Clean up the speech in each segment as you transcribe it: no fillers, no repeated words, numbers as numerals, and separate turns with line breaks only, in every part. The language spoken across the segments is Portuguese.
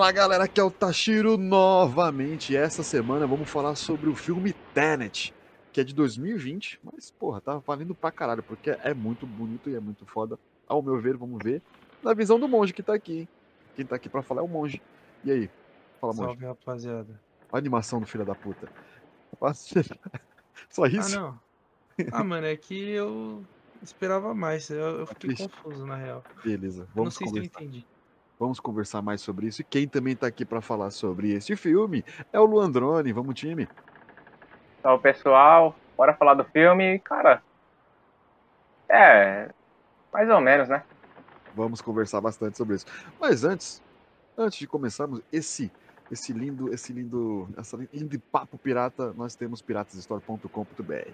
Fala galera, aqui é o Tashiro novamente. Essa semana vamos falar sobre o filme Tenet, que é de 2020, mas porra, tá valendo pra caralho, porque é muito bonito e é muito foda. Ao meu ver, vamos ver na visão do monge que tá aqui, hein? Quem tá aqui pra falar é o monge. E aí? Fala, monge.
Salve, rapaziada.
A animação do filho da puta. Só
Ah,
isso?
não. Ah, mano, é que eu esperava mais. Eu
Tá
fiquei
triste?
confuso, na real.
Beleza,
Eu não
vamos
sei se eu
conversar.
entendi.
Vamos conversar mais sobre isso. E quem também tá aqui pra falar sobre este filme é o Luandrone. Vamos, time.
Salve pessoal, bora falar do filme. Cara, mais ou menos, né?
Vamos conversar bastante sobre isso. Mas antes de começarmos essa lindo papo pirata, nós temos piratasstore.com.br.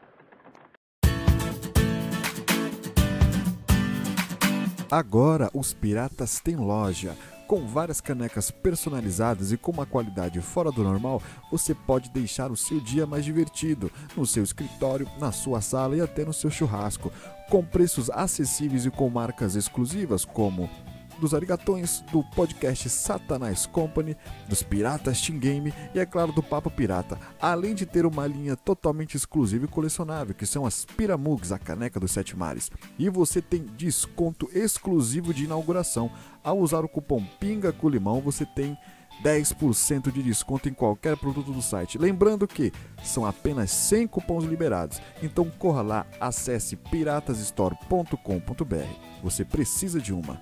Agora os piratas têm loja. Com várias canecas personalizadas e com uma qualidade fora do normal, você pode deixar o seu dia mais divertido, no seu escritório, na sua sala e até no seu churrasco, com preços acessíveis e com marcas exclusivas como dos Arigatões, do podcast Satanás Company, dos Piratas Team Game e, é claro, do Papo Pirata, além de ter uma linha totalmente exclusiva e colecionável, que são as Piramugs, a caneca dos Sete Mares. E você tem desconto exclusivo de inauguração. Ao usar o cupom PINGA com limão, você tem 10% de desconto em qualquer produto do site. Lembrando que são apenas 100 cupons liberados. Então corra lá, acesse piratasstore.com.br. Você precisa de uma.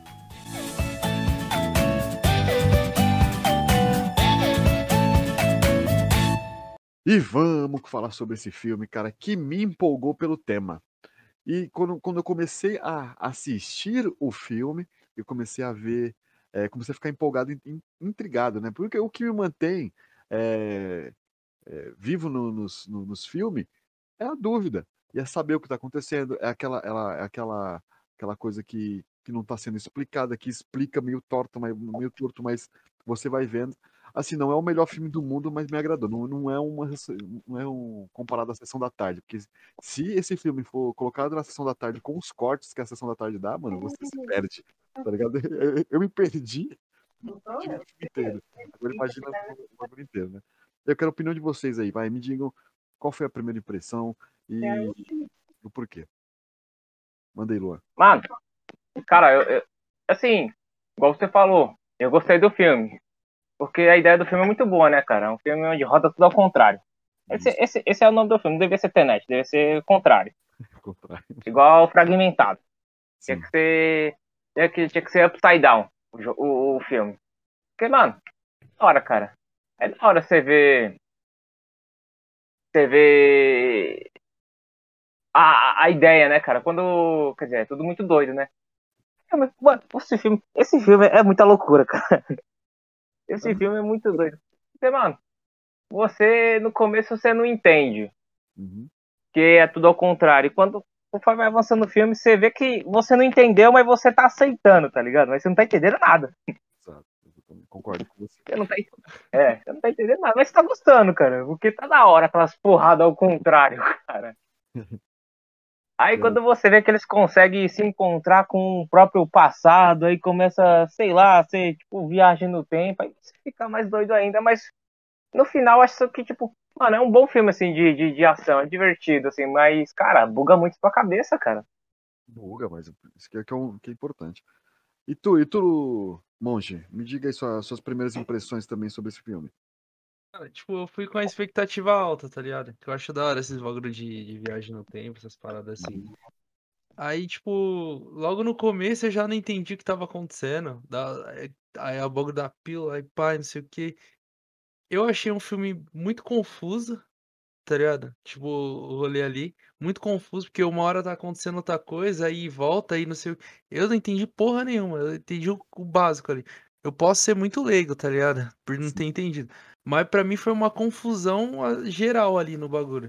E vamos falar sobre esse filme, cara, que me empolgou pelo tema. E quando eu comecei a assistir o filme, eu comecei a ver, comecei a ficar empolgado, intrigado, né? Porque o que me mantém é, vivo nos filmes é a dúvida, e é saber o que está acontecendo, aquela coisa que não está sendo explicada, que explica meio torto, mas você vai vendo. Assim, não é o melhor filme do mundo, mas me agradou. Não é comparado à Sessão da Tarde, porque se esse filme for colocado na Sessão da Tarde com os cortes que a Sessão da Tarde dá, mano, você se perde, tá ligado? Eu me perdi no filme inteiro. Agora imagina o bagulho inteiro, né? Eu quero a opinião de vocês aí, vai, me digam qual foi a primeira impressão e o porquê. Manda aí, Luan.
Mano, cara, assim, igual você falou, eu gostei do filme. Porque a ideia do filme é muito boa, né, cara? É um filme onde roda tudo ao contrário. Esse,
Isso,
esse, esse é o nome do filme, não devia ser Tenet, devia ser o contrário.
ao contrário.
Igual Fragmentado. Tinha
Sim.
que ser. Tinha que ser upside down o filme. Porque, mano, da hora, cara. É da hora você ver. Você ver a ideia, né, cara? Quando. Quer dizer, é tudo muito doido, né? Mas, mano, esse filme é muita loucura, cara. Esse filme é muito doido. Porque, mano, você no começo você não entende
Uhum.
que é tudo ao contrário. E quando conforme vai avançando o filme, você vê que você não entendeu, mas você tá aceitando, tá ligado? Mas você não tá entendendo nada.
Exato. Eu também concordo com você.
Você não tá, você não tá entendendo nada, mas você tá gostando, cara. Porque tá da hora aquelas porradas ao contrário, cara. Aí
É,
quando você vê que eles conseguem se encontrar com o próprio passado, aí começa, sei lá, ser tipo viagem no tempo, aí você fica mais doido ainda, mas no final acho que, tipo, mano, é um bom filme assim de ação, é divertido, assim, mas, cara, buga muito sua cabeça, cara.
buga, mas isso que é importante. E tu, Monge, me diga aí suas primeiras impressões também sobre esse filme.
Cara, tipo, eu fui com a expectativa alta, tá ligado? Que eu acho da hora esses bagulho de viagem no tempo, essas paradas assim. Aí, tipo, logo no começo eu já não entendi o que tava acontecendo. Aí a bagulho da pílula, aí pá, não sei o quê. Eu achei um filme muito confuso, tá ligado? Tipo, o rolê ali, muito confuso, porque uma hora tá acontecendo outra coisa, aí volta, aí não sei o que. Eu não entendi porra nenhuma, eu entendi o básico ali. Eu posso ser muito leigo, tá ligado? Por não ter
Sim.
entendido. Mas pra mim foi uma confusão geral ali no bagulho.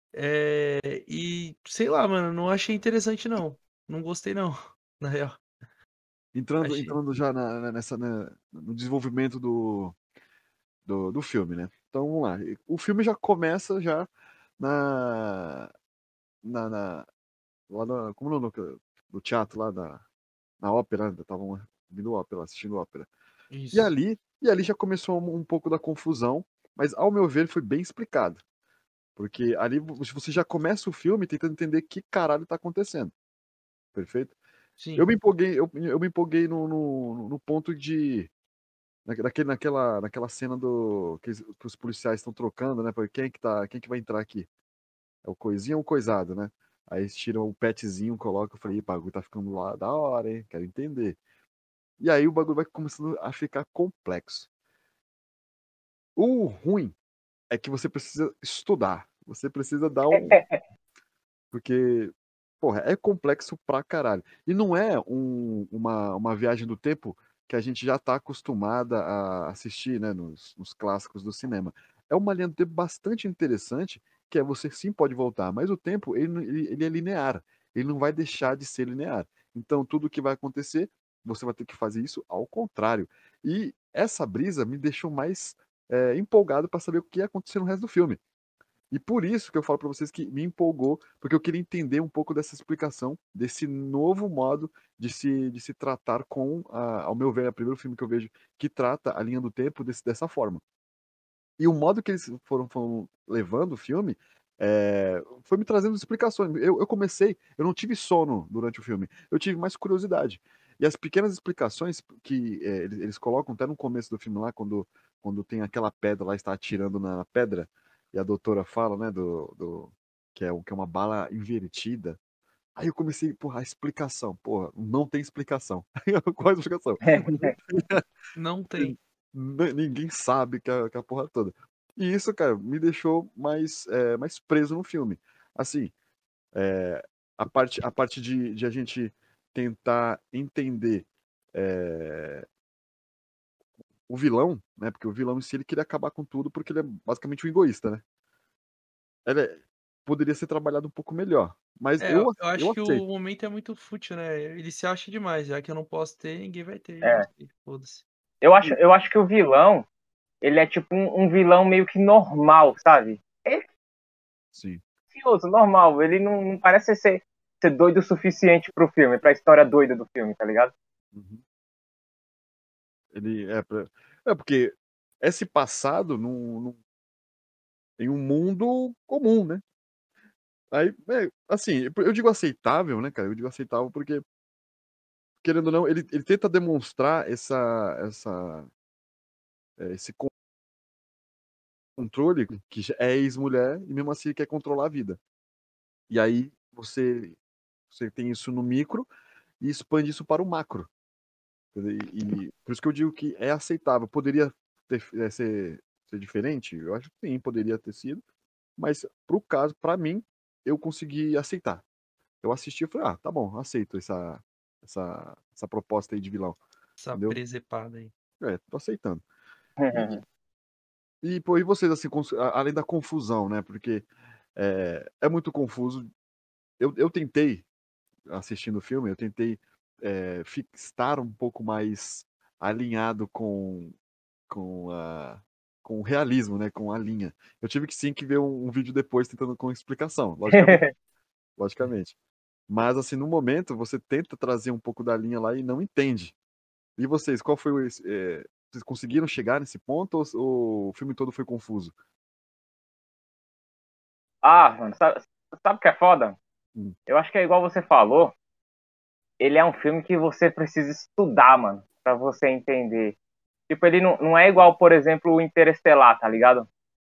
E sei lá, mano, não achei interessante não. Não gostei não, na real. Achei.
Entrando já no desenvolvimento do filme, né? Então vamos lá. O filme já começa já na, na, lá como no teatro lá na ópera, estavam ouvindo ópera, assistindo ópera. E
Isso.
ali E ali já começou um pouco da confusão, mas ao meu ver foi bem explicado. Porque ali você já começa o filme tentando entender que caralho tá acontecendo. Perfeito?
Sim.
Eu me empolguei, eu me empolguei no ponto de. Naquela cena que os policiais estão trocando, né? Porque quem que vai entrar aqui? É o coisinho ou o coisado, né? Aí eles tiram o petzinho, colocam, eu falei, "Ih, o bagulho tá ficando lá da hora, hein? Quero entender." E aí o bagulho vai começando a ficar complexo. O ruim é que você precisa estudar. Você precisa dar um. Porque, porra, é complexo pra caralho. E não é uma viagem do tempo que a gente já tá acostumada a assistir, né, nos clássicos do cinema. É uma linha do tempo bastante interessante, que é você sim pode voltar, mas o tempo, ele é linear. Ele não vai deixar de ser linear. Então, tudo que vai acontecer, você vai ter que fazer isso ao contrário. E essa brisa me deixou mais empolgado para saber o que ia acontecer no resto do filme. E por isso que eu falo para vocês que me empolgou, porque eu queria entender um pouco dessa explicação, desse novo modo de se tratar com, ao meu ver, é o primeiro filme que eu vejo que trata a linha do tempo dessa forma. E o modo que eles foram levando o filme foi me trazendo explicações. Eu comecei, eu não tive sono durante o filme, eu tive mais curiosidade. E as pequenas explicações que eles colocam até no começo do filme lá, quando tem aquela pedra lá, está atirando na pedra, e a doutora fala, né, que é uma bala invertida. Aí eu comecei, porra, a explicação. Porra, não tem explicação. Qual a explicação?
Não tem.
Ninguém sabe que a porra toda. E isso, cara, me deixou mais preso no filme. Assim, é, a parte de a gente tentar entender é, o vilão, né? Porque o vilão em si ele queria acabar com tudo porque ele é basicamente um egoísta, né? Ele poderia ser trabalhado um pouco melhor. Mas
É,
eu,
eu
eu
acho que o
aceito.
momento é muito fútil, né? Ele se acha demais, já que eu não posso ter, ninguém vai ter. É
É.
isso aí, foda-se.
Eu acho que o vilão, ele é tipo um vilão meio que normal, sabe? Ele
Sim.
é ansioso, normal. Ele não parece ser doido o suficiente pro filme, pra história doida do filme, tá ligado?
Uhum. Ele porque esse passado em um mundo comum, né? Aí, assim, eu digo aceitável, né, cara? Eu digo aceitável porque, querendo ou não, ele tenta demonstrar esse controle que já é ex-mulher e mesmo assim quer controlar a vida. E aí você tem isso no micro e expande isso para o macro. E por isso que eu digo que é aceitável. Poderia ser diferente? Eu acho que sim, poderia ter sido. Mas pro caso, pra mim, eu consegui aceitar. Eu assisti e falei, ah, tá bom, aceito essa proposta aí de vilão.
Essa
Entendeu?
presepada aí.
Tô aceitando. E, pô, e vocês, assim, além da confusão, né? Porque é muito confuso. Eu tentei, assistindo o filme, eu tentei estar um pouco mais alinhado com, a, com o realismo, né? Com a linha. Eu tive que sim que ver um vídeo depois tentando com explicação, logicamente. Logicamente. Mas, assim, no momento, você tenta trazer um pouco da linha lá e não entende. E vocês, qual foi vocês conseguiram chegar nesse ponto ou o filme todo foi confuso?
Ah, mano, sabe o que é foda?
Hum,
Eu acho que é igual você falou. Ele é um filme que você precisa estudar, mano, pra você entender. Tipo, ele não é igual, por exemplo, o Interestelar, tá ligado?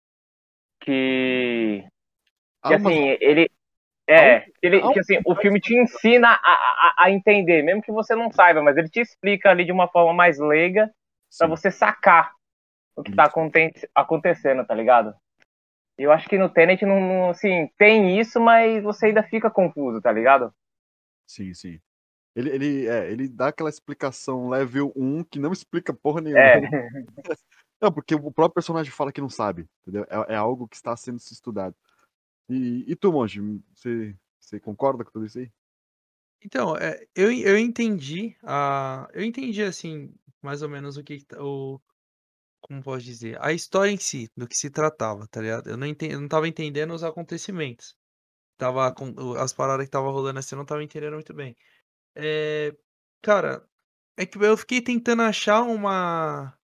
Que,
Há
que
umas,
assim, ele
há um,
ele,
há um
que assim, o filme te ensina a entender, mesmo que você não saiba, mas ele te explica ali de uma forma mais leiga pra
Sim,
você sacar o que tá
isso.
acontecendo, tá ligado? Eu acho que no Tenet assim, tem isso, mas você ainda fica confuso, tá ligado?
Sim, sim. Ele dá aquela explicação level 1 que não explica porra nenhuma.
É,
Não, porque o próprio personagem fala que não sabe, entendeu? É algo que está sendo se estudado. E tu, Monge, você concorda com tudo isso aí?
Então, eu entendi eu entendi, assim, mais ou menos como posso dizer, a história em si, do que se tratava, tá ligado? Eu não estava entendendo os acontecimentos. As paradas que tava rolando assim, eu não estava entendendo muito bem. Cara, é que eu fiquei tentando achar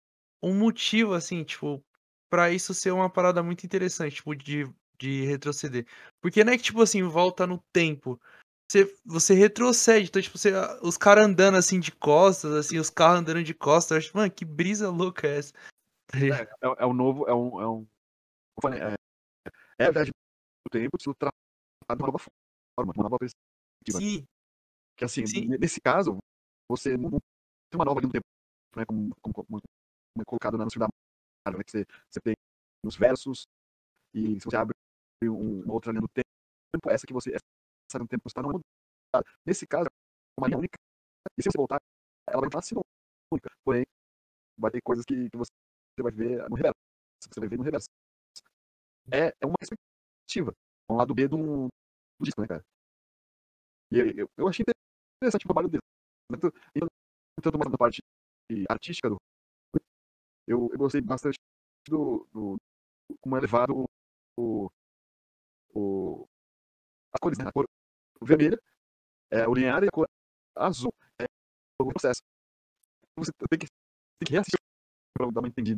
um motivo, assim, tipo, pra isso ser uma parada muito interessante, tipo, de retroceder. Porque não é que, tipo assim, volta no tempo. Você retrocede, então, tipo, os caras andando assim de costas, assim, os carros andando de costas, eu acho, mano, que brisa louca é essa? Tá ligado?
É o novo, eu falei, é a viagem do tempo sendo tratada de uma nova forma, uma nova perspectiva.
Sim,
Que assim,
sim,
nesse caso, você não tem uma nova linha do tempo, né? Como é colocado na nossa da Marvel, né? Que você tem nos versos, e se você abre uma outra linha do tempo, essa linha do tempo está não mudada. Nesse caso, é uma linha única, e se você voltar, ela vai continuar sendo única. Porém, vai ter coisas que você vai ver no reverso. Você vai ver no reverso. É uma perspectiva. Um lado B do disco, né, cara? E eu achei interessante o trabalho dele. Tanto mais na parte artística eu gostei bastante do como é levado o, o, as cores, né? A cor vermelha, o linear e a cor azul. É o processo. Você tem que reassistir para dar uma entendida.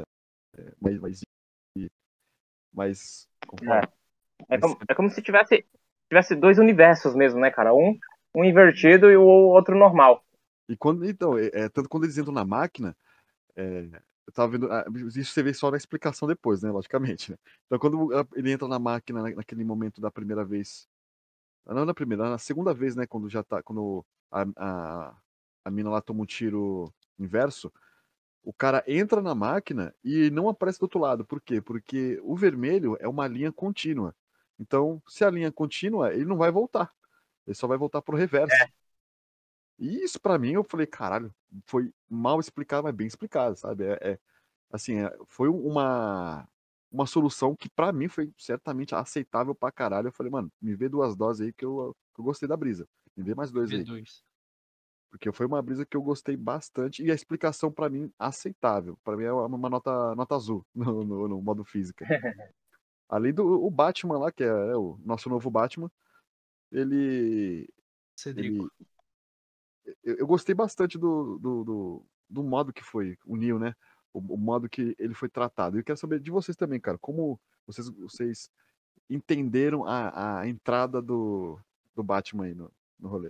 Mais conforme.
É como se tivesse dois universos mesmo, né, cara? Um invertido e o outro normal.
E então, tanto quando eles entram na máquina, eu tava vendo. Isso você vê só na explicação depois, né? Logicamente. Né? Então, quando ele entra na máquina naquele momento da primeira vez. Não na primeira, na segunda vez, né? Quando já tá. Quando a mina lá toma um tiro inverso, o cara entra na máquina e não aparece do outro lado. Por quê? Porque o vermelho é uma linha contínua. Então, se a linha é contínua, ele não vai voltar. Ele só vai voltar pro reverso. E isso pra mim, eu falei, caralho, foi mal explicado, mas bem explicado, sabe? Assim, foi uma solução que pra mim foi certamente aceitável pra caralho. Eu falei, mano, me vê 2 doses aí que eu gostei da brisa. Me vê mais 2 aí.
V2.
Porque foi uma brisa que eu gostei bastante e a explicação pra mim aceitável. Pra mim é uma nota azul no modo física. Além do o Batman lá, que é o nosso novo Batman, ele
Cedrico.
ele eu gostei bastante do modo que foi o Neo, né? O modo que ele foi tratado. E eu quero saber de vocês também, cara, como vocês entenderam a entrada do Batman aí no rolê.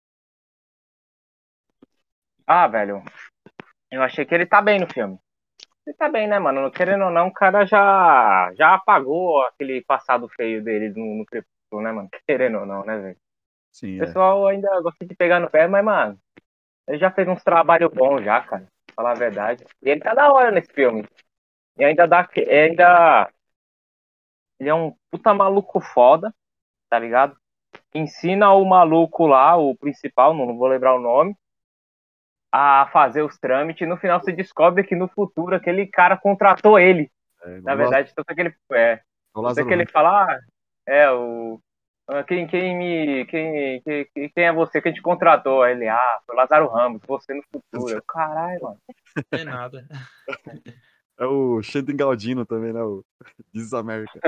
Ah, velho, eu achei que ele tá bem no filme. Ele tá bem, né, mano? Querendo ou não, o cara já apagou aquele passado feio dele no Crepúsculo, né, mano? Querendo ou não, né, velho? O
Sim,
pessoal ainda gosta de pegar no pé, mas, mano, ele já fez uns trabalhos bons já, cara. Pra falar a verdade. E ele tá da hora nesse filme. E ainda ele é um puta maluco foda, tá ligado? Ensina o maluco lá, o principal, não vou lembrar o nome, a fazer os trâmites. E no final você descobre que no futuro aquele cara contratou ele. Na verdade, tanto que ele
o
tanto é
Lázaro
que ele
Ramos.
fala, quem é você que a gente contratou? Aí ele, foi o Lázaro Ramos, você no futuro. Eu, caralho, mano.
É nada.
É o Shannon Galdino também, né? O This is America.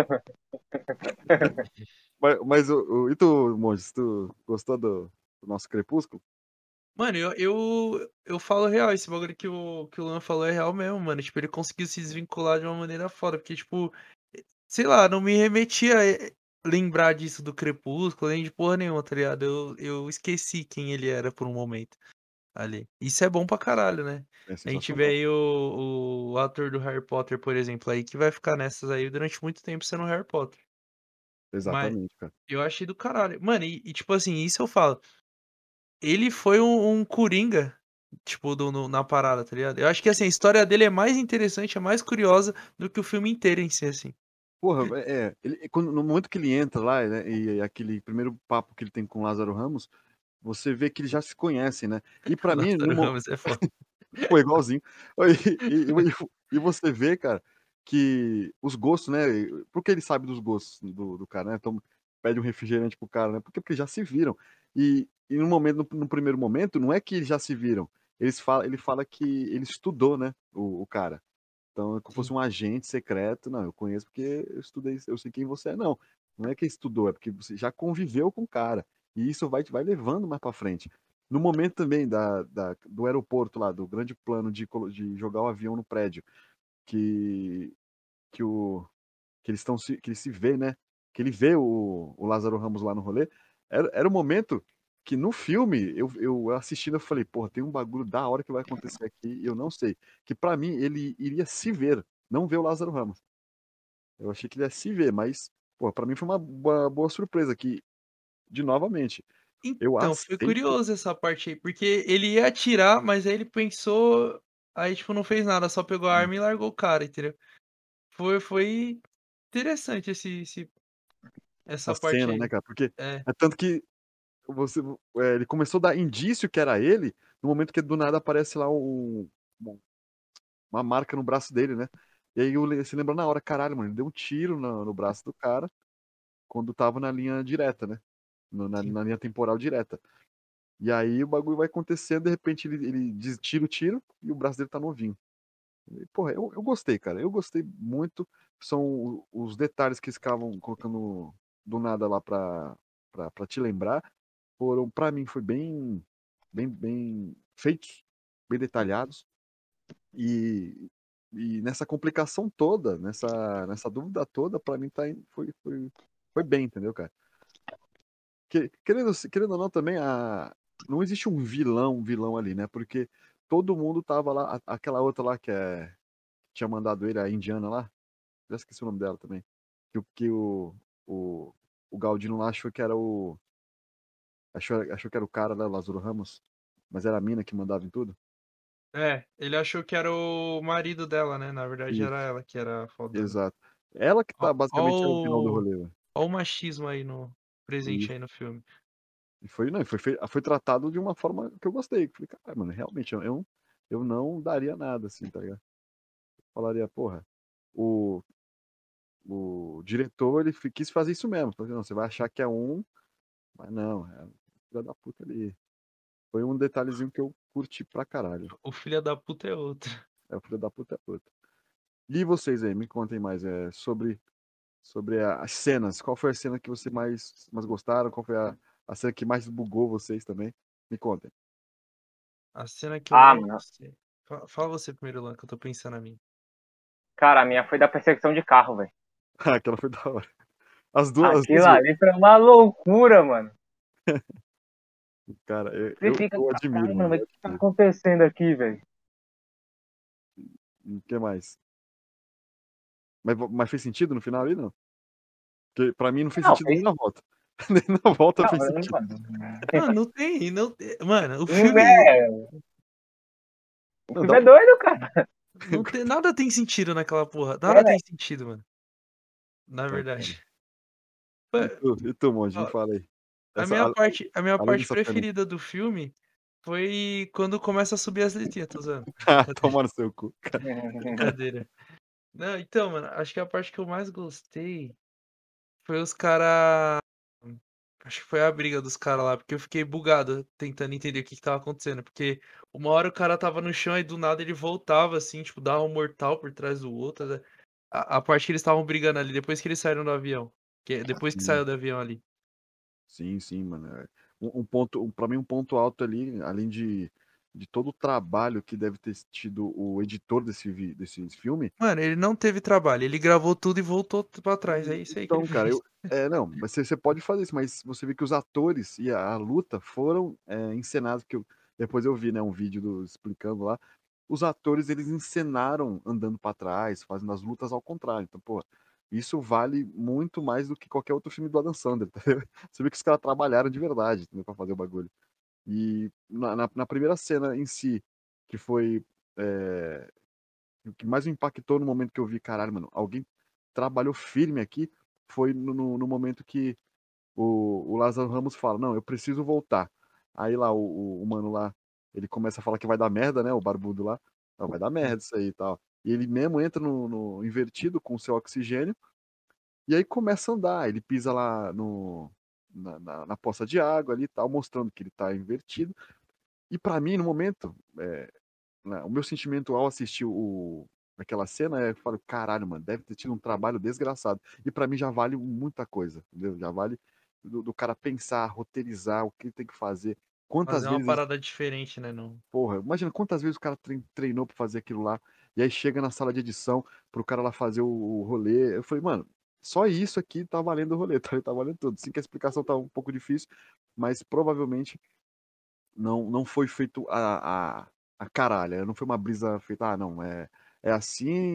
Mas e tu, Monges, tu gostou do nosso Crepúsculo?
Mano, eu falo real, esse bagulho que o Luan falou é real mesmo, mano. Tipo, ele conseguiu se desvincular de uma maneira foda, porque, tipo, sei lá, não me remetia a lembrar disso do Crepúsculo, nem de porra nenhuma, tá ligado? Eu esqueci quem ele era por um momento ali. Isso é bom pra caralho, né?
É
A gente vê
sensacional.
aí o ator do Harry Potter, por exemplo, aí que vai ficar nessas aí durante muito tempo sendo o Harry Potter. Mas
Exatamente, cara.
eu achei do caralho. Mano, tipo assim, isso eu falo. Ele foi um coringa, tipo, na parada, tá ligado? Eu acho que, assim, a história dele é mais interessante, é mais curiosa do que o filme inteiro em si, assim.
Porra, no momento que ele entra lá, né, e aquele primeiro papo que ele tem com o Lázaro Ramos, você vê que eles já se conhecem, né? E pra mim,
Lázaro Ramos é foda.
pô, igualzinho. E você vê, cara, que os gostos, né? Porque ele sabe dos gostos do cara, né? Então pede um refrigerante pro cara, né? Porque já se viram. E no momento, no primeiro momento, não é que eles já se viram. Ele fala que ele estudou, né? O cara. Então, é como se fosse
Sim.
um agente secreto. Não, eu conheço porque eu estudei, eu sei quem você é. Não, não é que estudou, é porque você já conviveu com o cara. E isso vai levando mais pra frente. No momento também do aeroporto lá, do grande plano de jogar o avião no prédio. que, que, o, que que ele se vê, né? Que ele vê o Lázaro Ramos lá no rolê. Era o momento que no filme, eu assistindo, eu falei, porra, tem um bagulho da hora que vai acontecer aqui, e eu não sei. Que pra mim, ele iria se ver, não ver o Lázaro Ramos. Eu achei que ele ia se ver, mas, porra, pra mim foi uma boa surpresa, que, de novamente, eu
Então, foi
aceito.
curioso essa parte aí, porque ele ia atirar, mas aí ele pensou, aí tipo não fez nada, só pegou a arma e largou o cara, entendeu? Foi interessante essa
Essa
parte
cena, né,
aí.
cara? Porque
É,
é tanto que você, ele começou a dar indício que era ele, no momento que do nada aparece lá uma marca no braço dele, né? E aí você lembra na hora, caralho, mano, ele deu um tiro no braço do cara quando tava na linha direta, né?
sim.
Na linha temporal direta. E aí o bagulho vai acontecendo, de repente ele tira o tiro e o braço dele tá novinho. E, porra, eu gostei, cara. Eu gostei muito. São os detalhes que eles ficavam colocando do nada lá pra te lembrar. Foram, pra mim, foi bem feitos, bem detalhados. E, e nessa complicação toda, nessa dúvida toda, pra mim foi bem, entendeu, cara? Querendo ou não, também não existe um vilão ali, né? Porque todo mundo tava lá, aquela outra lá tinha mandado ele, a indiana lá, já esqueci o nome dela também. O, o Galdino lá achou que era achou que era o cara lá, Lázaro Ramos, mas era a mina que mandava em tudo.
É, ele achou que era o marido dela, né? Na verdade era
Isso,
ela que era fodona.
exato. Ela que
Ó,
tá basicamente era o vilão do
ó,
rolê, velho.
ó o machismo aí no presente
Isso.
aí no filme.
E foi, não, foi tratado de uma forma que eu gostei. Falei, cara, mano, realmente, eu não daria nada, assim, tá ligado? Falaria, porra, o, o diretor, ele quis fazer isso mesmo. Falei, não, você vai achar que é um, mas não, é um filho da puta ali. Foi um detalhezinho que eu curti pra caralho.
O filho da puta é outro.
É o filho da puta é puta. E vocês aí, me contem mais, sobre as cenas. Qual foi a cena que você mais gostaram? Qual foi a cena que mais bugou vocês também? Me contem.
A cena que eu
Ah,
mais
mano.
gostei. Fala você primeiro, Lan, que eu tô pensando a mim.
Cara, a minha foi da perseguição de carro, velho.
Aquela foi da hora. As duas
Aquilo ali foi uma loucura, mano.
cara,
Você fica,
eu admiro,
caramba,
mano.
mas
Eu
o que tá
admiro.
acontecendo aqui, velho?
E o que mais? Mas fez sentido no final ali, não? Porque pra mim não fez
Não,
sentido nem
fez.
na volta. Nem na volta
Não,
fez sentido.
mano.
Não, não tem, não tem. Mano, o
Não
filme
é. O
Não, dá
filme é
um.
doido, cara.
não tem, nada tem sentido naquela porra. Nada
É.
tem sentido, mano. Na
Tá,
verdade.
cara.
Pô,
E tu, Monge, me
ó,
fala aí.
a
Essa,
minha parte, a minha
além
parte
dessa cena aí.
preferida do filme foi quando começa a subir as letrinhas, tô usando.
Ah,
Brincadeira,
toma no seu cu, cara.
brincadeira. Não, então, mano, acho que a parte que eu mais gostei foi os cara. Acho que foi a briga dos caras lá, porque eu fiquei bugado tentando entender o que que tava acontecendo. Porque uma hora o cara tava no chão e do nada ele voltava, assim, tipo, dava um mortal por trás do outro, né? A parte que eles estavam brigando ali, depois que eles saíram do avião. Depois que
Sim,
saiu do avião ali.
sim, mano. Um ponto, pra mim, um ponto alto ali, além de todo o trabalho que deve ter tido o editor desse filme.
Mano, ele não teve trabalho, ele gravou tudo e voltou pra trás. É isso aí que ele
Então, cara,
fez.
não, mas você pode fazer isso, mas você vê que os atores e a luta foram encenados, porque depois eu vi, né, um vídeo explicando lá, os atores, eles encenaram andando pra trás, fazendo as lutas ao contrário, então, pô, isso vale muito mais do que qualquer outro filme do Adam Sandler, tá vendo? Você vê que os caras trabalharam de verdade, entendeu, pra fazer o bagulho. E na primeira cena em si, que foi é, o que mais me impactou no momento que eu vi, caralho, mano, alguém trabalhou firme aqui, foi no momento que o Lázaro Ramos fala, não, eu preciso voltar. Aí lá, o mano lá, ele começa a falar que vai dar merda, né, o barbudo lá, não, vai dar
Sim.
merda isso aí e tal. E ele mesmo entra no invertido com o seu oxigênio, e aí começa a andar, ele pisa lá na poça de água ali e tal, mostrando que ele tá invertido. E pra mim, no momento, né, o meu sentimento ao assistir aquela cena eu falo, caralho, mano, deve ter tido um trabalho desgraçado. E pra mim já vale muita coisa, entendeu? Já vale do cara pensar, roteirizar o que ele tem que fazer. Quantas
Fazer uma
vezes,
parada diferente, né? Não.
porra, imagina quantas vezes o cara treinou pra fazer aquilo lá. e aí chega na sala de edição pro cara lá fazer o rolê. Eu falei, mano, só isso aqui tá valendo o rolê, tá valendo tudo. Sim que a explicação tá um pouco difícil, mas provavelmente não foi feito a caralho, não foi uma brisa feita, não, é assim,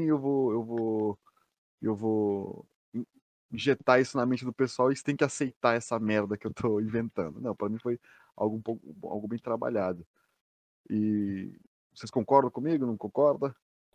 eu vou injetar isso na mente do pessoal e eles têm que aceitar essa merda que eu tô inventando. Não, pra mim foi algo bem trabalhado. E vocês concordam comigo? Não concordam?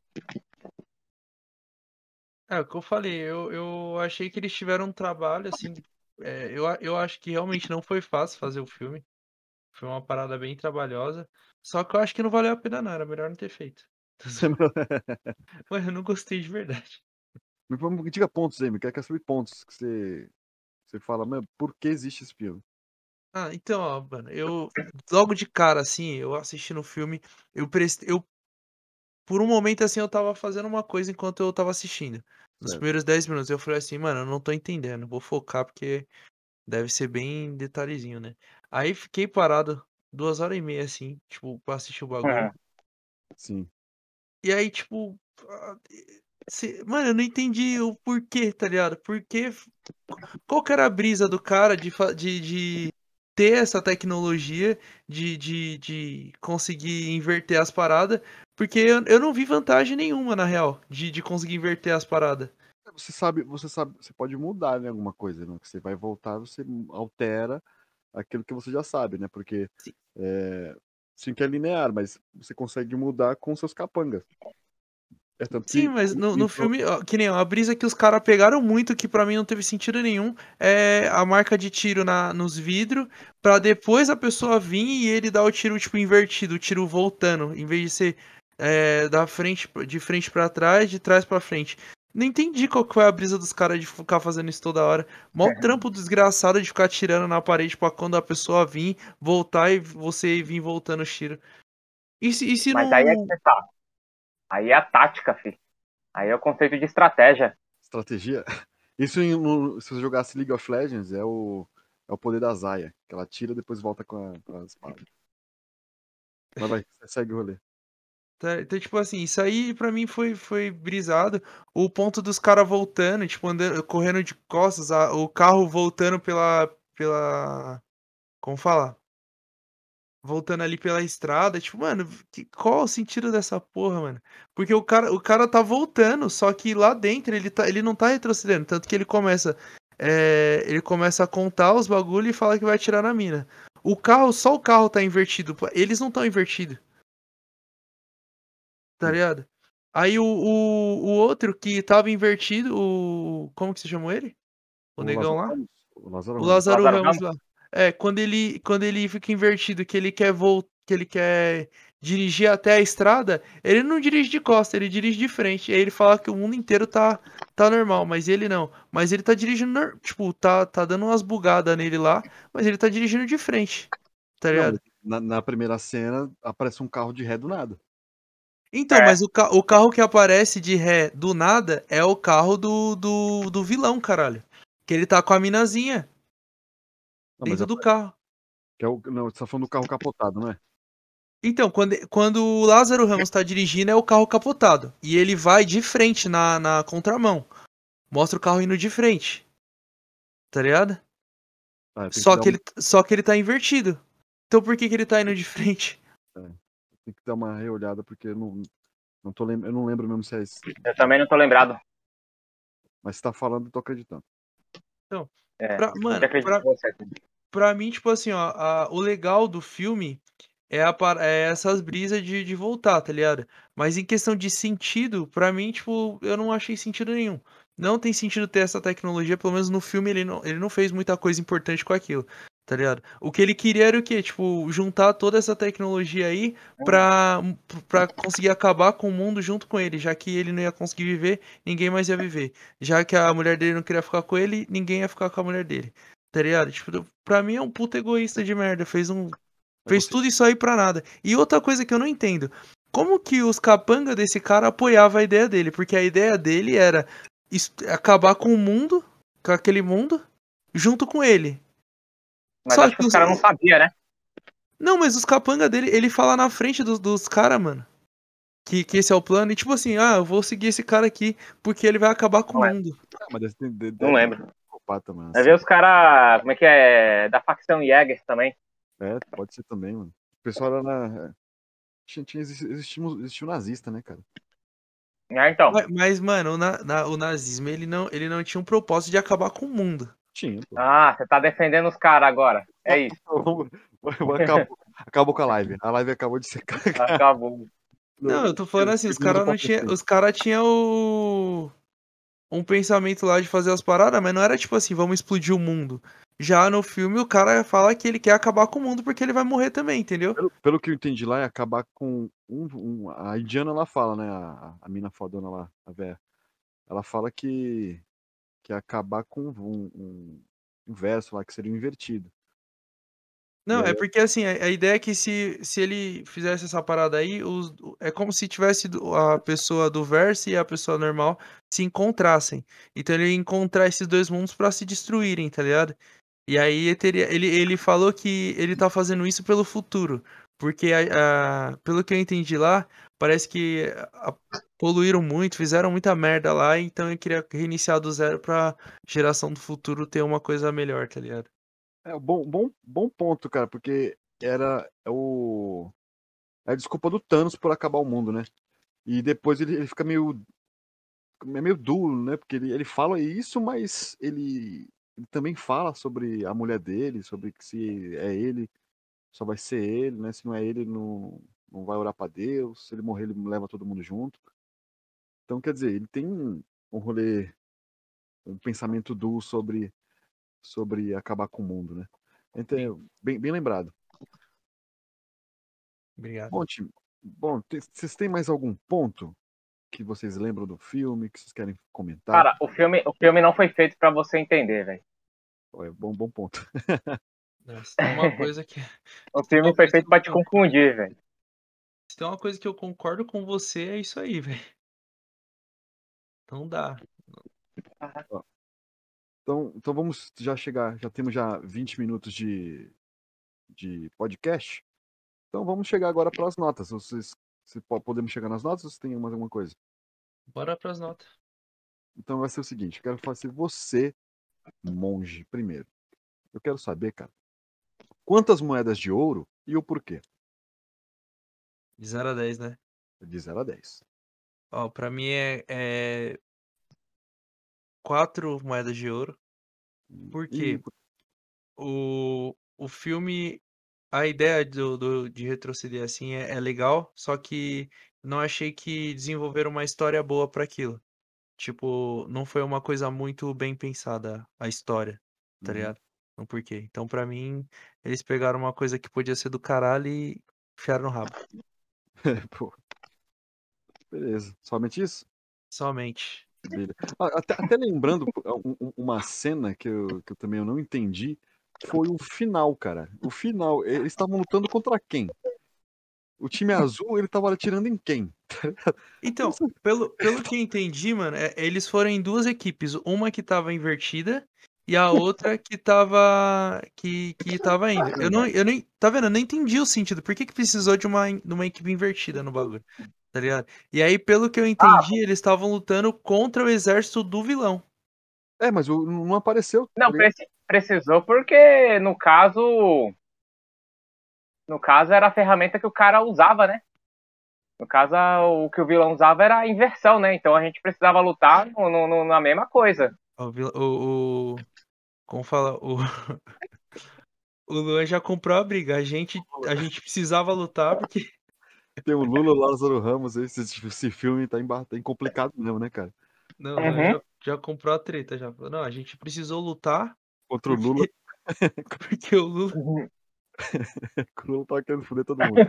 É o que eu falei, eu achei que eles tiveram um trabalho, assim, eu acho que realmente não foi fácil fazer o filme. Foi uma parada bem trabalhosa. Só que eu acho que não valeu a pena, não. Era melhor não ter feito. Mas eu não gostei de verdade.
Me diga pontos aí, me quero saber pontos que você fala, mano, por que existe esse filme?
Ah, então, ó, mano, logo de cara, assim, eu assistindo o filme, por um momento, assim, eu tava fazendo uma coisa enquanto eu tava assistindo. Nos
Certo.
primeiros 10 minutos, eu falei assim, mano, eu não tô entendendo, vou focar porque deve ser bem detalhezinho, né? Aí fiquei parado 2 horas e meia, assim, tipo, pra assistir o bagulho.
Uhum.
Sim.
E aí, tipo, mano, eu não entendi o porquê, tá ligado? Qual que era a brisa do cara de ter essa tecnologia de conseguir inverter as paradas? Porque eu não vi vantagem nenhuma, na real, de conseguir inverter as paradas.
Você sabe, você pode mudar, né, alguma coisa, né? Que você vai voltar, você altera aquilo que você já sabe, né? Porque
Sim,
é, sim que é linear, mas você consegue mudar com seus capangas. É tanto
sim,
que
mas no
entrou.
filme, ó, que nem ó, a brisa que os caras pegaram muito, que pra mim não teve sentido nenhum, é a marca de tiro nos vidros, pra depois a pessoa vir e ele dar o tiro, tipo, invertido, o tiro voltando, em vez de ser de frente pra trás, de trás pra frente. Não entendi qual que foi a brisa dos caras de ficar fazendo isso toda hora. Mó trampo desgraçado de ficar tirando na parede pra quando a pessoa vir, voltar e você vir voltando os tiros. E se
Mas aí é que
não.
você tá. Aí é a tática, fi. Aí é o conceito de estratégia.
Estratégia. Isso se você jogasse League of Legends, é o poder da Zarya, que ela tira e depois volta com a espada. Mas vai, segue o rolê.
Tá, então, tipo assim, isso aí pra mim foi brisado. O ponto dos caras voltando, tipo, andando, correndo de costas, o carro voltando como fala? Voltando ali pela estrada, tipo, mano, qual o sentido dessa porra, mano? Porque o cara tá voltando, só que lá dentro ele não tá retrocedendo, tanto que ele começa a contar os bagulho e fala que vai atirar na mina. Só o carro tá invertido, eles não estão invertidos. Tá
Sim.
ligado? Aí o outro que tava invertido, como que se chamou ele? O
O
negão
Lázaro
lá?
Ramos? O Lázaro
O
Ramos.
Lázaro
Lázaro
Ramos
Ramos.
lá. Quando ele fica invertido, que ele quer dirigir até a estrada, ele não dirige de costa, ele dirige de frente. Aí ele fala que o mundo inteiro tá normal, mas ele não. Mas ele tá dirigindo, tipo, tá dando umas bugadas nele lá, mas ele tá dirigindo de frente. Tá
Não, mas
ligado?
na primeira cena aparece um carro de ré do nada.
Então,
É.
mas o carro que aparece de ré do nada é o carro do vilão, caralho. Que ele tá com a minazinha
Não, mas
dentro do carro.
não, você tá falando do carro capotado, não é?
Então, quando o Lázaro Ramos tá dirigindo, é o carro capotado. E ele vai de frente na contramão. Mostra o carro indo de frente. Tá ligado?
Ah, tem que
Só
dar
que
uma,
ele tá invertido. Então por que ele tá indo de frente?
é, tem que dar uma reolhada, porque eu não lembro mesmo se é esse.
Eu também não tô lembrado.
Mas você tá falando, eu tô acreditando.
Então,
É. A gente
mano,
acredita em você.
pra mim, tipo assim, ó, o legal do filme é essas brisas de voltar, tá ligado? Mas em questão de sentido, pra mim, tipo, eu não achei sentido nenhum. Não tem sentido ter essa tecnologia, pelo menos no filme ele não fez muita coisa importante com aquilo, tá ligado? O que ele queria era o quê? Tipo, juntar toda essa tecnologia aí pra conseguir acabar com o mundo junto com ele, já que ele não ia conseguir viver, ninguém mais ia viver. Já que a mulher dele não queria ficar com ele, ninguém ia ficar com a mulher dele. Tá ligado? Tipo, pra mim é um puta egoísta de merda.
Mas
Fez
você,
tudo isso aí pra nada. E outra coisa que eu não entendo. Como que os capanga desse cara apoiavam a ideia dele? Porque a ideia dele era acabar com o mundo, com aquele mundo, junto com ele.
Mas
Só
acho
que
que os caras não sabiam, né?
Não, mas os capanga dele, ele fala na frente dos caras, mano. que esse é o plano, e tipo assim, eu vou seguir esse cara aqui, porque ele vai acabar com o
Não é.
mundo.
Mas
Não
deve ser
lembro.
psicopata, mano,
Vai
assim.
ver os caras, como é que é? Da facção Jäger também.
Pode ser também, mano. O pessoal era na. Existiu nazista, né, cara?
Então.
Mas, mano, o nazismo, ele não tinha um propósito de acabar com o mundo.
Tinha, pô.
Ah, você tá defendendo os caras agora. É isso.
Acabou com a live. A live acabou de ser cagada.
Acabou.
Não, eu tô falando assim, os
Segundo
caras não
pra
tinha,
frente.
os cara tinham um pensamento lá de fazer as paradas, mas não era tipo assim, vamos explodir o mundo. Já no filme, o cara fala que ele quer acabar com o mundo porque ele vai morrer também, entendeu?
Pelo que eu entendi lá, é acabar com a indiana lá fala, né? A mina fodona lá, a véia. Ela fala que é acabar com um verso lá que seria o invertido. E
Não,
aí,
é porque assim, a ideia é que se ele fizesse essa parada aí, é como se tivesse a pessoa do verso e a pessoa normal se encontrassem. Então ele ia encontrar esses dois mundos pra se destruírem, tá ligado? E aí ele falou que ele tá fazendo isso pelo futuro. Porque, pelo que eu entendi lá, parece que poluíram muito, fizeram muita merda lá, então ele queria reiniciar do zero pra geração do futuro ter uma coisa melhor, tá ligado?
é um bom ponto, cara, porque é a desculpa do Thanos por acabar o mundo, né? E depois ele fica meio duro, né? Porque ele fala isso, mas ele também fala sobre a mulher dele, sobre que se é ele, só vai ser ele, né? Se não é ele, ele não vai orar pra Deus. Se ele morrer, ele leva todo mundo junto. Então, quer dizer, ele tem um rolê, um pensamento duro sobre acabar com o mundo, né?
Sim,
Então, bem lembrado.
obrigado.
Bom, time, bom, vocês têm mais algum ponto que vocês lembram do filme, que vocês querem comentar?
Cara, o filme não foi feito pra você entender, velho.
É bom ponto.
Se tem uma coisa que.
O
Se tem
filme
uma
foi
coisa
feito
que eu,
pra te confundir, velho.
se tem uma coisa que eu concordo com você, é isso aí, velho. Não dá.
Ó, então vamos já temos já 20 minutos de podcast. Então vamos chegar agora para as notas. Podemos chegar nas notas ou você tem mais alguma coisa?
Bora pras notas.
Então vai ser o seguinte, eu quero fazer você, monge, primeiro. Eu quero saber, cara, quantas moedas de ouro e o porquê?
De 0 a 10, né?
De 0 a 10.
Ó, pra mim é 4 moedas de ouro. Por
E,
quê? O filme, a ideia de retroceder assim é legal, só que não achei que desenvolveram uma história boa pra aquilo. Tipo, não foi uma coisa muito bem pensada a história, tá
uhum,
ligado? O porquê. Então, pra mim, eles pegaram uma coisa que podia ser do caralho e enfiaram no rabo.
pô, beleza. Somente isso?
Somente.
Beleza. Até lembrando uma cena que eu também eu não entendi, foi o final, cara. O final, eles estavam lutando contra quem? O time azul, ele tava atirando em quem?
Então, pelo que eu entendi, mano, eles foram em duas equipes. Uma que tava invertida e a outra que tava indo. Eu nem, tá vendo? Eu não entendi o sentido. Por que precisou de uma equipe invertida no bagulho? Tá ligado? E aí, pelo que eu
Ah,
entendi, eles estavam lutando contra o exército do vilão.
Mas não apareceu, tá
não,
ligado?
precisou porque, no caso era a ferramenta que o cara usava, né? No caso, o que o vilão usava era a inversão, né? Então a gente precisava lutar na mesma coisa.
Como fala? O Luan já comprou a briga. A gente precisava lutar porque.
Tem o Lula, o Lázaro Ramos, esse filme tá complicado mesmo, né, cara?
Não, o Luan
Uhum.
já comprou a treta já. Falou, não, a gente precisou lutar
Contra o
porque,
Lula,
porque o Lula.
Uhum.
o Lula tava querendo foder todo mundo.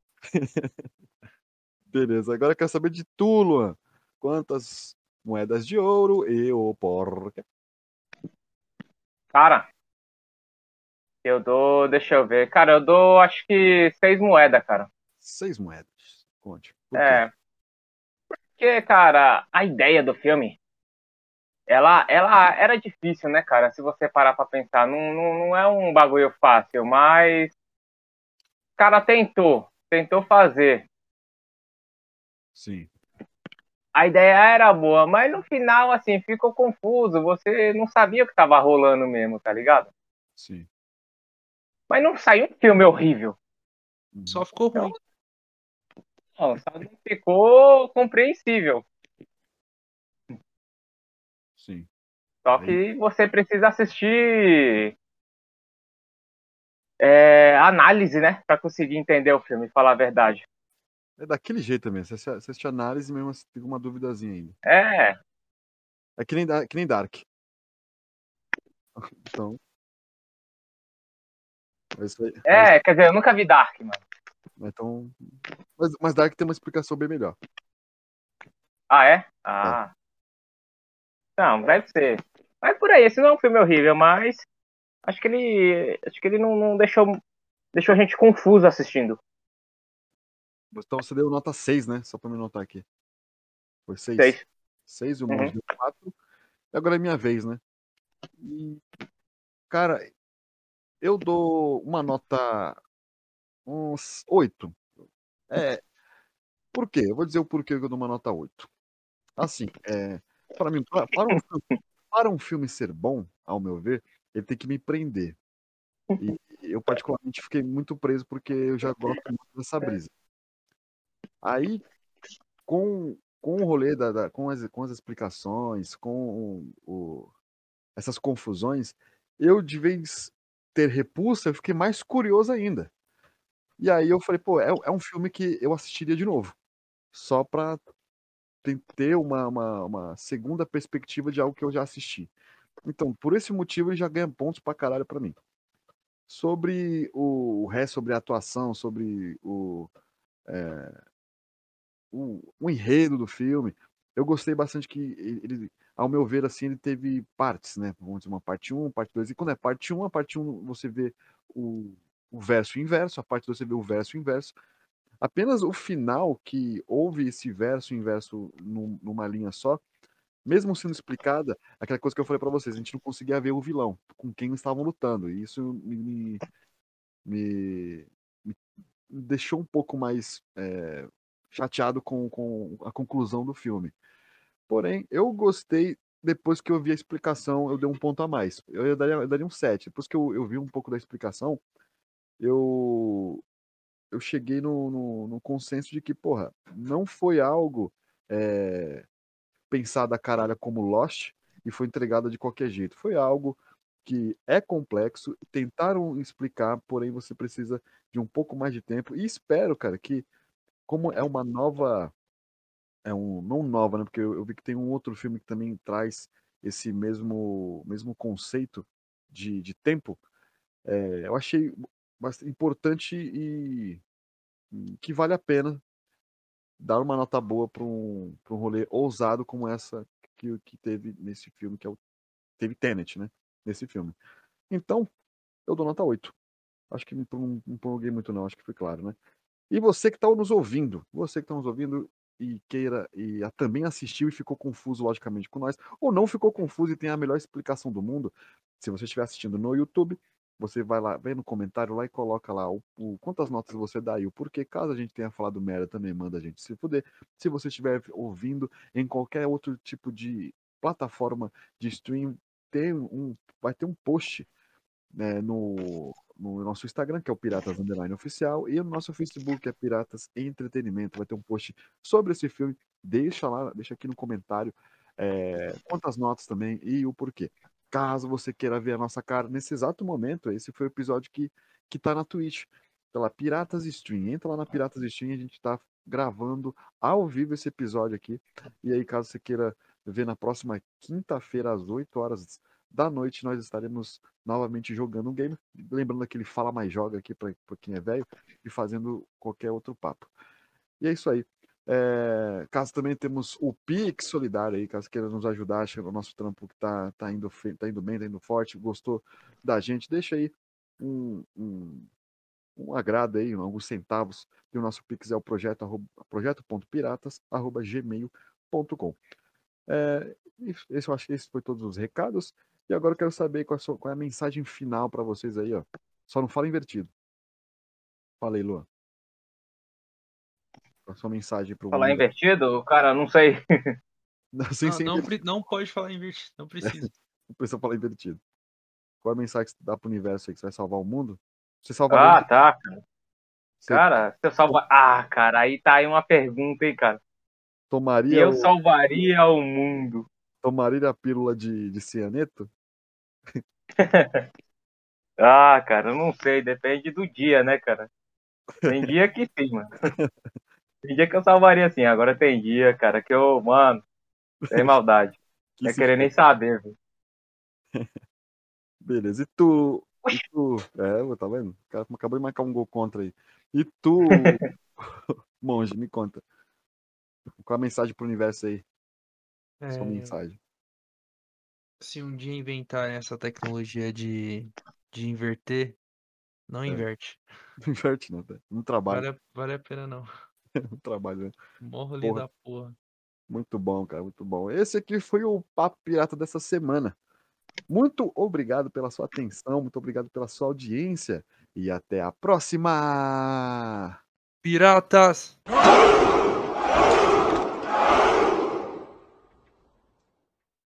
Beleza, agora eu quero saber de tu, Luan. Quantas moedas de ouro e o porquê?
Cara, eu dou. Deixa eu ver. Cara, eu dou acho que 6 moedas, cara.
6 moedas. Conte. Por quê?
É. Porque, cara, a ideia do filme, ela era difícil, né, cara? Se você parar pra pensar. Não é um bagulho fácil, mas. O cara tentou fazer
Sim,
A ideia era boa, mas no final, assim, ficou confuso. Você não sabia o que tava rolando mesmo, tá ligado?
sim.
Mas não saiu um filme horrível.
Só
Uhum,
ficou
Então,
ruim.
não, só não ficou compreensível.
sim.
Só
Aí
que você precisa assistir análise, né? Pra conseguir entender o filme, falar a verdade.
é daquele jeito mesmo. Você assiste a análise mesmo assim, tem uma duvidazinha ainda.
É,
É que nem Dark. Então, é isso aí.
quer dizer, eu nunca vi Dark, mano.
Então, mas Dark tem uma explicação bem melhor.
Ah, é?
É.
Ah, não, deve ser. Mas por aí, esse não é um filme horrível, mas acho que ele não deixou a gente confuso assistindo.
Então você deu nota 6, né? Só pra me notar aqui. Foi 6.
Seis.
6, o monge
Uhum.
deu 4. E agora é minha vez, né? E, cara, eu dou uma nota uns 8. É, por quê? Eu vou dizer o porquê que eu dou uma nota 8. Assim, para mim, para um filme ser bom, ao meu ver, ele tem que me prender. E eu, particularmente, fiquei muito preso porque eu já gosto muito dessa brisa. Aí, com o rolê com as explicações, com essas confusões, eu, de vez ter repulsa, eu fiquei mais curioso ainda. E aí eu falei, pô, é um filme que eu assistiria de novo, só pra ter uma segunda perspectiva de algo que eu já assisti. Então, por esse motivo, ele já ganha pontos pra caralho pra mim. Sobre o resto, sobre a atuação, sobre o enredo do filme, eu gostei bastante que ele, ao meu ver, assim, ele teve partes, né? Vamos dizer, uma parte um, parte 2. E quando é parte um, a parte um você vê o verso inverso, a parte 2 você vê o verso inverso. Apenas o final, que houve esse verso inverso numa linha só, mesmo sendo explicada, aquela coisa que eu falei pra vocês, a gente não conseguia ver o vilão, com quem eles estavam lutando. E isso me, me deixou um pouco mais chateado com a conclusão do filme. Porém, eu gostei. Depois que eu vi a explicação, eu dei um ponto a mais. Eu daria um 7. Depois que eu vi um pouco da explicação, eu, eu cheguei no consenso de que, porra, não foi algo é, pensado a caralho como Lost e foi entregado de qualquer jeito. Foi algo que é complexo, tentaram explicar, porém você precisa de um pouco mais de tempo. E espero, cara, que como é uma nova, não nova, né? Porque eu vi que tem um outro filme que também traz esse mesmo conceito de tempo. Eu achei bastante importante e que vale a pena dar uma nota boa para um rolê ousado como essa que teve nesse filme, teve Tenet, né? Nesse filme. Então, eu dou nota 8. Acho que não prolonguei muito, não, acho que foi claro, né? E você que está nos ouvindo e queira também assistiu e ficou confuso, logicamente, com nós, ou não ficou confuso e tem a melhor explicação do mundo, se você estiver assistindo no YouTube, você vai lá, vem no comentário lá e coloca lá quantas notas você dá e o porquê. Caso a gente tenha falado merda, também manda a gente se fuder. Se você estiver ouvindo em qualquer outro tipo de plataforma de stream, vai ter um post, né, no nosso Instagram, que é o Piratas Underline Oficial, e no nosso Facebook, que é Piratas Entretenimento. Vai ter um post sobre esse filme. Deixa lá, deixa aqui no comentário quantas notas também e o porquê. Caso você queira ver a nossa cara nesse exato momento, esse foi o episódio que tá na Twitch. Tá lá, Piratas Stream. Entra lá na Piratas Stream, a gente tá gravando ao vivo esse episódio aqui. E aí, caso você queira ver na próxima quinta-feira, às 8 horas da noite, nós estaremos novamente jogando um game. Lembrando aquele Fala Mais Joga aqui para quem é velho e fazendo qualquer outro papo. E é isso aí. Caso também temos o Pix Solidário aí, caso queira nos ajudar, acha o nosso trampo que tá indo bem, tá indo forte, gostou da gente, deixa aí um agrado aí, alguns centavos, e o nosso Pix é o projeto.piratas@gmail.com. Eu acho que esses foi todos os recados. E agora eu quero saber qual é a mensagem final para vocês aí, ó. Só não fala invertido. Fala aí, Luan. A sua mensagem pro
Falar
universo.
invertido? Cara, não sei.
Sem ser
Não,
invertido.
não pode falar invertido, não precisa.
Não precisa falar invertido. Qual é a mensagem que você dá pro universo aí? Que você vai salvar o mundo? Você salvaria.
Ah, tá.
Você
Cara, se eu salvar. Ah, cara, aí tá aí uma pergunta, hein, cara. Se
tomaria,
eu salvaria o mundo.
tomaria a pílula de cianeto?
Ah, cara, eu não sei. Depende do dia, né, cara? Tem dia que sim, mano. Tem dia que eu salvaria sim. Agora tem dia, cara, que eu, mano, sem maldade.
Que
Não é
se
querer nem saber, velho.
Beleza. E tu. E tu. Tá vendo? O cara acabou de marcar um gol contra aí. E tu, monge, me conta. Qual a mensagem pro universo aí? Sua
É,
mensagem.
se um dia inventarem essa tecnologia de inverter, não inverte.
Não inverte, não, velho. Não trabalho.
Vale a pena não.
Não trabalho, né?
Morro ali
Porra,
da porra.
muito bom, cara. Muito bom. Esse aqui foi o Papo Pirata dessa semana. Muito obrigado pela sua atenção. Muito obrigado pela sua audiência. E até a próxima!
Piratas!